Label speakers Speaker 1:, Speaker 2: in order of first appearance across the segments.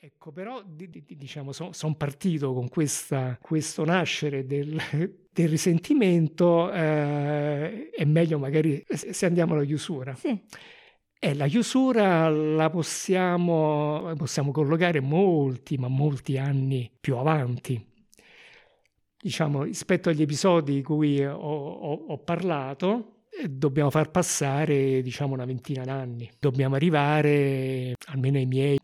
Speaker 1: Ecco, però diciamo, sono partito con questo nascere del risentimento, è meglio magari se andiamo alla chiusura.
Speaker 2: Sì.
Speaker 1: La chiusura la possiamo collocare molti anni più avanti. Diciamo, rispetto agli episodi di cui ho parlato, dobbiamo far passare, diciamo, una ventina d'anni. Dobbiamo arrivare almeno ai miei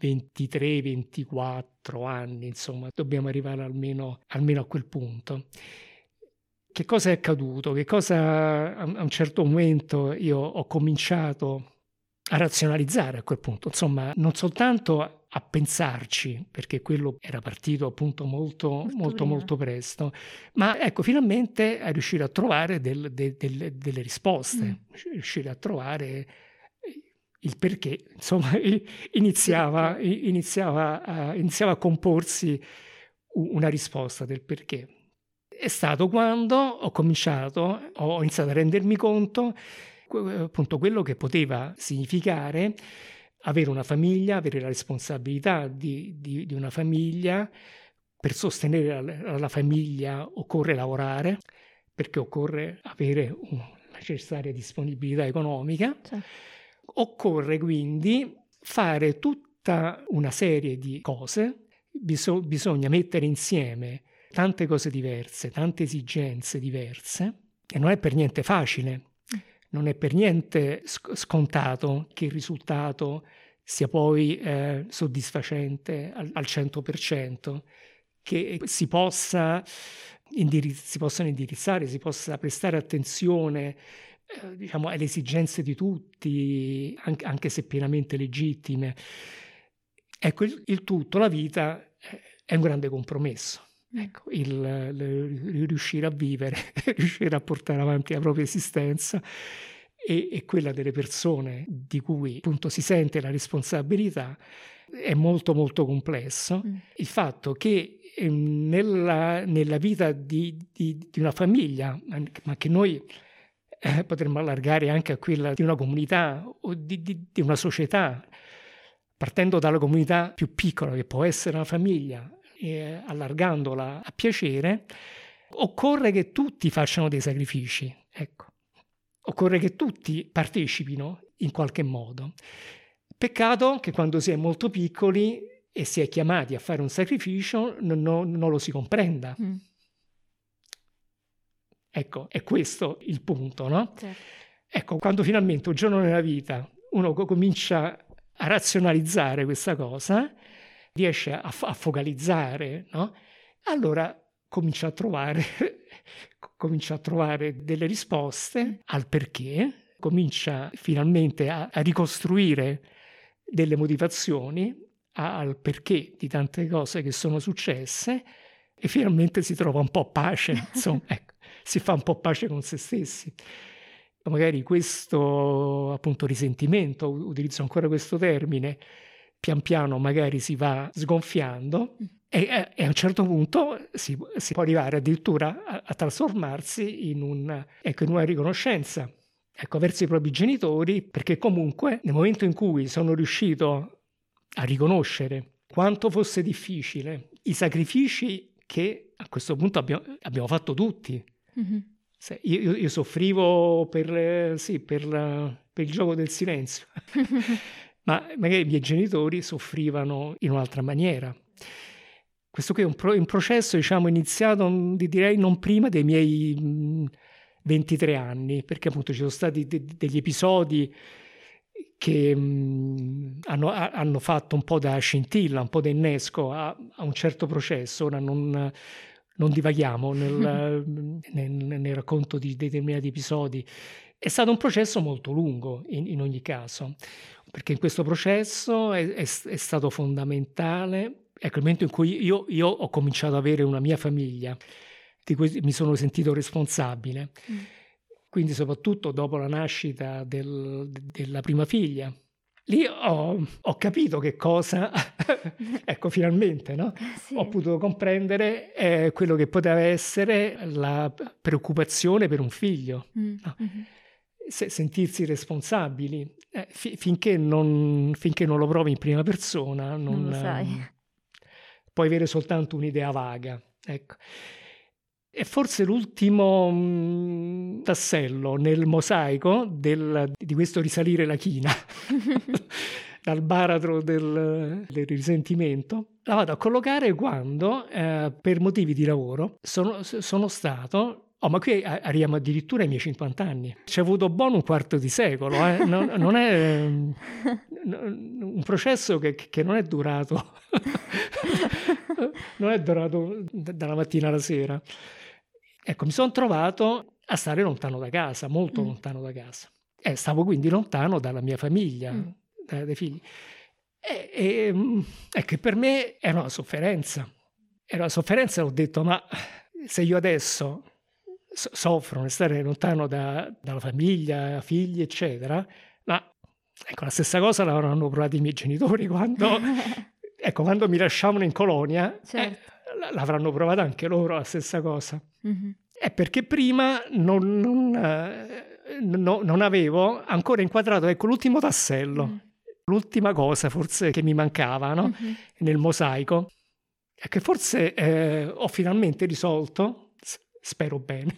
Speaker 1: 23-24 anni, insomma, dobbiamo arrivare almeno a quel punto. Che cosa è accaduto? Che cosa a un certo momento io ho cominciato a razionalizzare a quel punto, insomma, non soltanto a pensarci, perché quello era partito appunto molto presto, ma ecco, finalmente a riuscire a trovare delle risposte, riuscire a trovare il perché, insomma, iniziava a comporsi una risposta del perché. È stato quando ho iniziato a rendermi conto appunto quello che poteva significare avere una famiglia, avere la responsabilità di una famiglia. Per sostenere la famiglia occorre lavorare, perché occorre avere la necessaria disponibilità economica.
Speaker 2: Certo.
Speaker 1: Occorre quindi fare tutta una serie di cose, bisogna mettere insieme tante cose diverse, tante esigenze diverse, e non è per niente facile. Non è per niente scontato che il risultato sia poi soddisfacente al 100%, che si possano indirizzare, si possa prestare attenzione diciamo, alle esigenze di tutti, anche se pienamente legittime. Ecco, il tutto, la vita è un grande compromesso. Ecco, il riuscire a vivere, riuscire a portare avanti la propria esistenza e quella delle persone di cui appunto si sente la responsabilità è molto complesso. Il fatto che nella vita di una famiglia, ma che noi potremmo allargare anche a quella di una comunità o di una società, partendo dalla comunità più piccola che può essere una famiglia, allargandola a piacere, occorre che tutti facciano dei sacrifici, ecco. Occorre che tutti partecipino in qualche modo. Peccato che quando si è molto piccoli e si è chiamati a fare un sacrificio non lo si comprenda. Ecco, è questo il punto, no?
Speaker 2: Certo.
Speaker 1: Ecco, quando finalmente un giorno nella vita uno comincia a razionalizzare questa cosa, riesce a focalizzare, no? Allora comincia a trovare delle risposte al perché, comincia finalmente a ricostruire delle motivazioni al perché di tante cose che sono successe e finalmente si trova un po' pace, insomma, ecco, si fa un po' pace con se stessi. Magari questo appunto risentimento, utilizzo ancora questo termine, pian piano magari si va sgonfiando e a un certo punto si può arrivare addirittura a trasformarsi in una riconoscenza, ecco, verso i propri genitori, perché comunque nel momento in cui sono riuscito a riconoscere quanto fosse difficile i sacrifici che a questo punto abbiamo fatto tutti. Io soffrivo per il gioco del silenzio, ma magari i miei genitori soffrivano in un'altra maniera. Questo qui è un processo, diciamo, iniziato, direi, non prima dei miei 23 anni, perché appunto ci sono stati degli episodi che hanno fatto un po' da scintilla, un po' da innesco a un certo processo. Ora non divaghiamo nel racconto di determinati episodi. È stato un processo molto lungo in ogni caso, perché in questo processo è stato fondamentale, ecco, il momento in cui io ho cominciato ad avere una mia famiglia, di cui mi sono sentito responsabile. Quindi soprattutto dopo la nascita della prima figlia. Lì ho capito che cosa, ecco, finalmente, no?
Speaker 2: Sì.
Speaker 1: Ho potuto comprendere quello che poteva essere la preoccupazione per un figlio, no? Sentirsi responsabili, finché non lo provi in prima persona,
Speaker 2: Non lo sai.
Speaker 1: puoi avere soltanto un'idea vaga, ecco. E forse l'ultimo tassello nel mosaico di questo risalire la china dal baratro del risentimento, la vado a collocare quando per motivi di lavoro sono stato... Oh, ma qui arriviamo addirittura ai miei 50 anni. Ci è avuto buono un quarto di secolo. Non è un processo che non è durato non è durato dalla mattina alla sera. Ecco, mi sono trovato a stare lontano da casa, molto lontano da casa. Stavo quindi lontano dalla mia famiglia, dai figli. Ecco, per me era una sofferenza. Era una sofferenza, ho detto, ma se io adesso soffro nel stare lontano dalla famiglia, figli, eccetera, ma ecco, la stessa cosa l'avranno provato i miei genitori quando mi lasciavano in colonia,
Speaker 2: certo.
Speaker 1: L'avranno provata anche loro la stessa cosa. È perché prima non avevo ancora inquadrato, ecco, l'ultimo tassello, l'ultima cosa forse che mi mancava, no? Nel mosaico, e che forse ho finalmente risolto. Spero bene,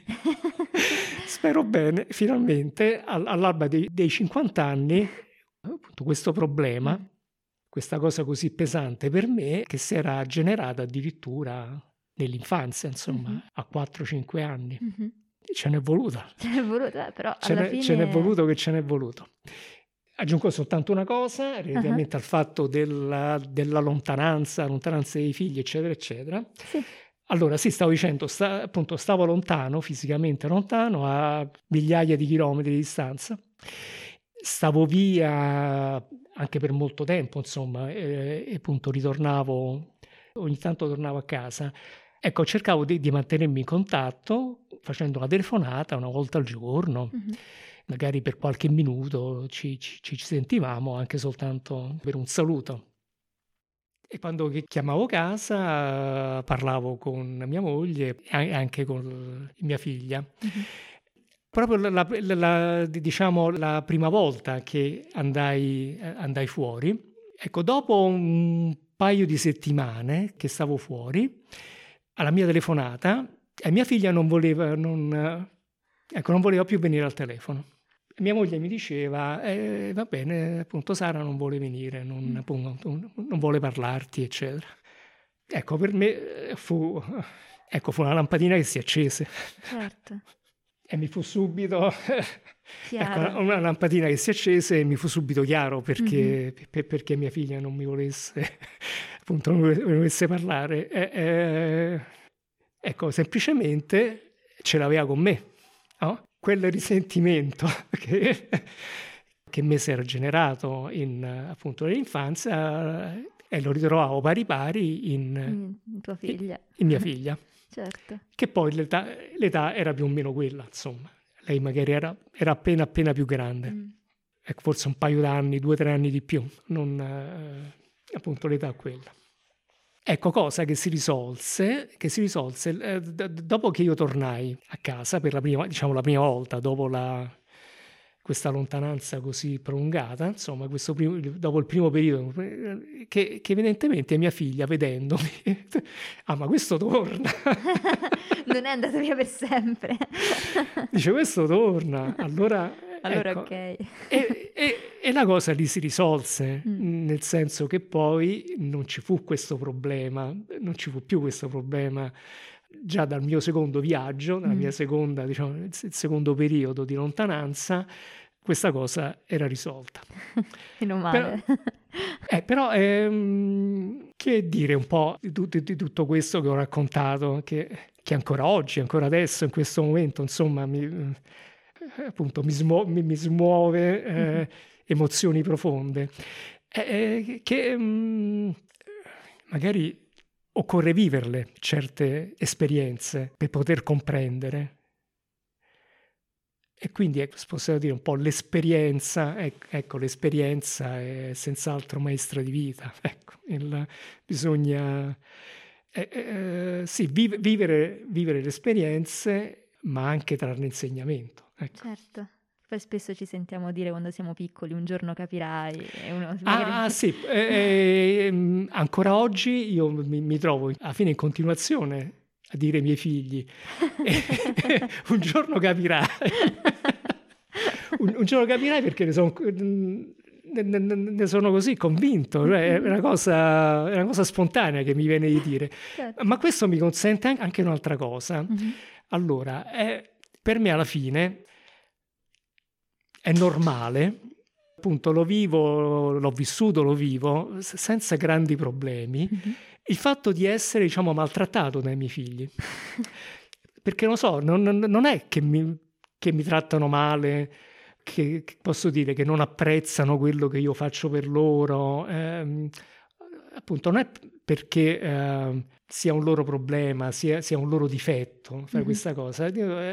Speaker 1: finalmente all'alba dei 50 anni, appunto, questo problema, questa cosa così pesante per me, che si era generata addirittura nell'infanzia, insomma, a 4-5 anni. Ce n'è voluta.
Speaker 2: Ce n'è voluta, però alla fine...
Speaker 1: Ce n'è voluto che ce n'è voluto. Aggiungo soltanto una cosa, relativamente al fatto della lontananza dei figli, eccetera, eccetera.
Speaker 2: Sì.
Speaker 1: Allora, sì, stavo dicendo, appunto, stavo lontano, fisicamente lontano, a migliaia di chilometri di distanza. Stavo via anche per molto tempo, insomma, e appunto ogni tanto tornavo a casa. Ecco, cercavo di mantenermi in contatto facendo una telefonata una volta al giorno, magari per qualche minuto ci sentivamo anche soltanto per un saluto. E quando chiamavo casa parlavo con mia moglie e anche con mia figlia. Proprio diciamo la prima volta che andai fuori, ecco, dopo un paio di settimane che stavo fuori, alla mia telefonata, mia figlia non voleva più venire al telefono. Mia moglie mi diceva, va bene, appunto Sara non vuole venire, non vuole parlarti, eccetera. Ecco, per me fu una lampadina che si accese.
Speaker 2: Certo.
Speaker 1: E mi fu subito ecco, una lampadina che si accese e mi fu subito chiaro perché mia figlia non mi volesse, appunto, non mi volesse parlare. Ecco, semplicemente ce l'aveva con me, no? Quel risentimento che mi si era generato appunto nell'infanzia e lo ritrovavo pari pari in
Speaker 2: tua figlia.
Speaker 1: In mia figlia.
Speaker 2: Certo.
Speaker 1: Che poi l'età era più o meno quella, insomma. Lei magari era appena più grande. Ecco, forse un paio d'anni, 2-3 anni di più, appunto l'età è quella. Ecco, cosa che si risolse dopo che io tornai a casa per la prima volta, dopo questa lontananza così prolungata, insomma, dopo il primo periodo, che evidentemente mia figlia, vedendomi, ma questo torna.
Speaker 2: Non è andato via per sempre.
Speaker 1: Dice, questo torna. Allora ecco,
Speaker 2: ok.
Speaker 1: E la cosa lì si risolse, nel senso che poi non ci fu questo problema, non ci fu più questo problema già dal mio secondo viaggio, dalla mia seconda, diciamo, il secondo periodo di lontananza, questa cosa era risolta.
Speaker 2: Meno male.
Speaker 1: Però che dire un po' di tutto questo che ho raccontato, che ancora oggi, ancora adesso, in questo momento, insomma, appunto mi smuove emozioni profonde, che magari occorre viverle certe esperienze per poter comprendere. E quindi possiamo dire un po' l'esperienza, ecco, l'esperienza è senz'altro maestra di vita. Ecco, bisogna sì, vivere le esperienze, ma anche trarne insegnamento. Ecco.
Speaker 2: Certo, Poi spesso ci sentiamo dire quando siamo piccoli, un giorno capirai, e uno
Speaker 1: Sì, ancora oggi io mi trovo alla fine in continuazione a dire ai miei figli, un giorno capirai. Un giorno capirai, perché ne sono così convinto, cioè è una cosa spontanea che mi viene di dire.
Speaker 2: Certo.
Speaker 1: Ma questo mi consente anche un'altra cosa. Allora, per me alla fine è normale, appunto l'ho vissuto, lo vivo senza grandi problemi, il fatto di essere, diciamo, maltrattato dai miei figli. Perché non so, non è che mi trattano male, che posso dire che non apprezzano quello che io faccio per loro, appunto non è perché sia un loro problema, sia un loro difetto fare questa cosa.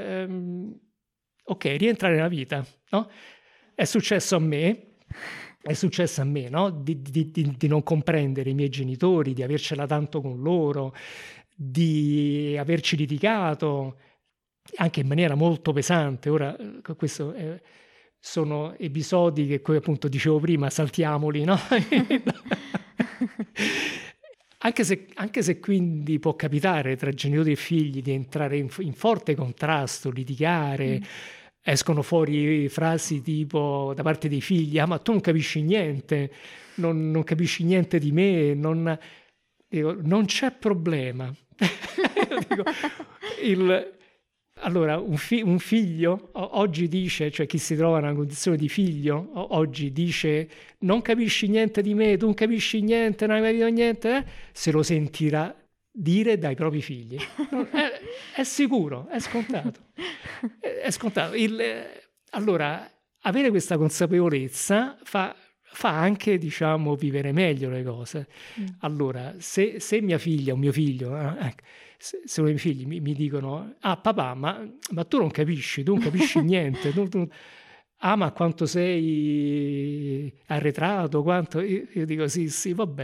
Speaker 1: Ok, rientra nella vita, no? È successo a me, no? Di non comprendere i miei genitori, di avercela tanto con loro, di averci litigato anche in maniera molto pesante. Ora, questo sono episodi che, come appunto dicevo prima, saltiamoli, no? Anche se quindi può capitare tra genitori e figli di entrare in forte contrasto, litigare, escono fuori frasi tipo da parte dei figli: ma tu non capisci niente, non capisci niente di me, non c'è problema. Dico, allora, un figlio oggi dice, cioè chi si trova in una condizione di figlio, oggi dice: non capisci niente di me, tu non capisci niente, non hai mai capito niente, se lo sentirà dire dai propri figli. È sicuro, è scontato. È scontato. Allora, avere questa consapevolezza fa anche, diciamo, vivere meglio le cose. Allora, se mia figlia o mio figlio, se uno dei miei figli mi dicono: papà, ma tu non capisci niente, ma quanto sei arretrato, quanto... Io dico sì, vabbè.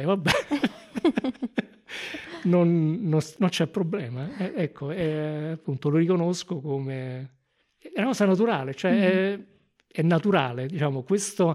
Speaker 1: non c'è problema. Ecco, appunto lo riconosco come... È una cosa naturale, cioè è naturale, diciamo, questo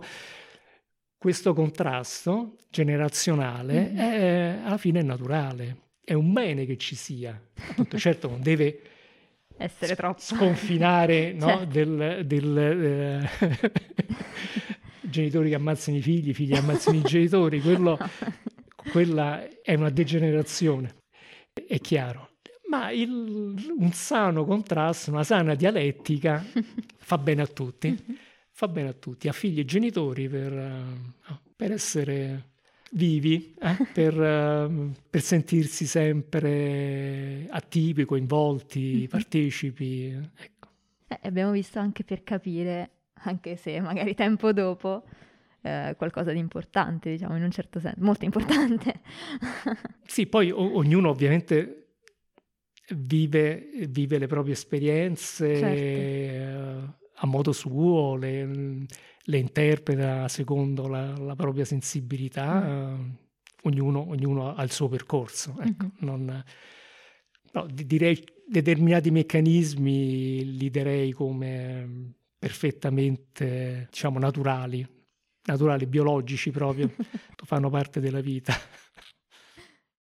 Speaker 1: contrasto generazionale alla fine è naturale. È un bene che ci sia. Appunto, certo non deve
Speaker 2: essere troppo
Speaker 1: sconfinare, no?
Speaker 2: Certo.
Speaker 1: Genitori che ammazzano i figli che ammazzano i genitori, quella è una degenerazione, è chiaro. Ma un sano contrasto, una sana dialettica fa bene a tutti. Fa bene a tutti, a figli e genitori, per essere vivi, per sentirsi sempre attivi, coinvolti, partecipi. Ecco.
Speaker 2: Abbiamo visto anche per capire, anche se magari tempo dopo, qualcosa di importante, diciamo, in un certo senso, molto importante.
Speaker 1: Sì, poi ognuno ovviamente vive le proprie esperienze, certo, a modo suo, le interpreta secondo la propria sensibilità, ognuno ha il suo percorso. Ecco. Direi determinati meccanismi li darei come perfettamente, diciamo, naturali, biologici proprio, fanno parte della vita.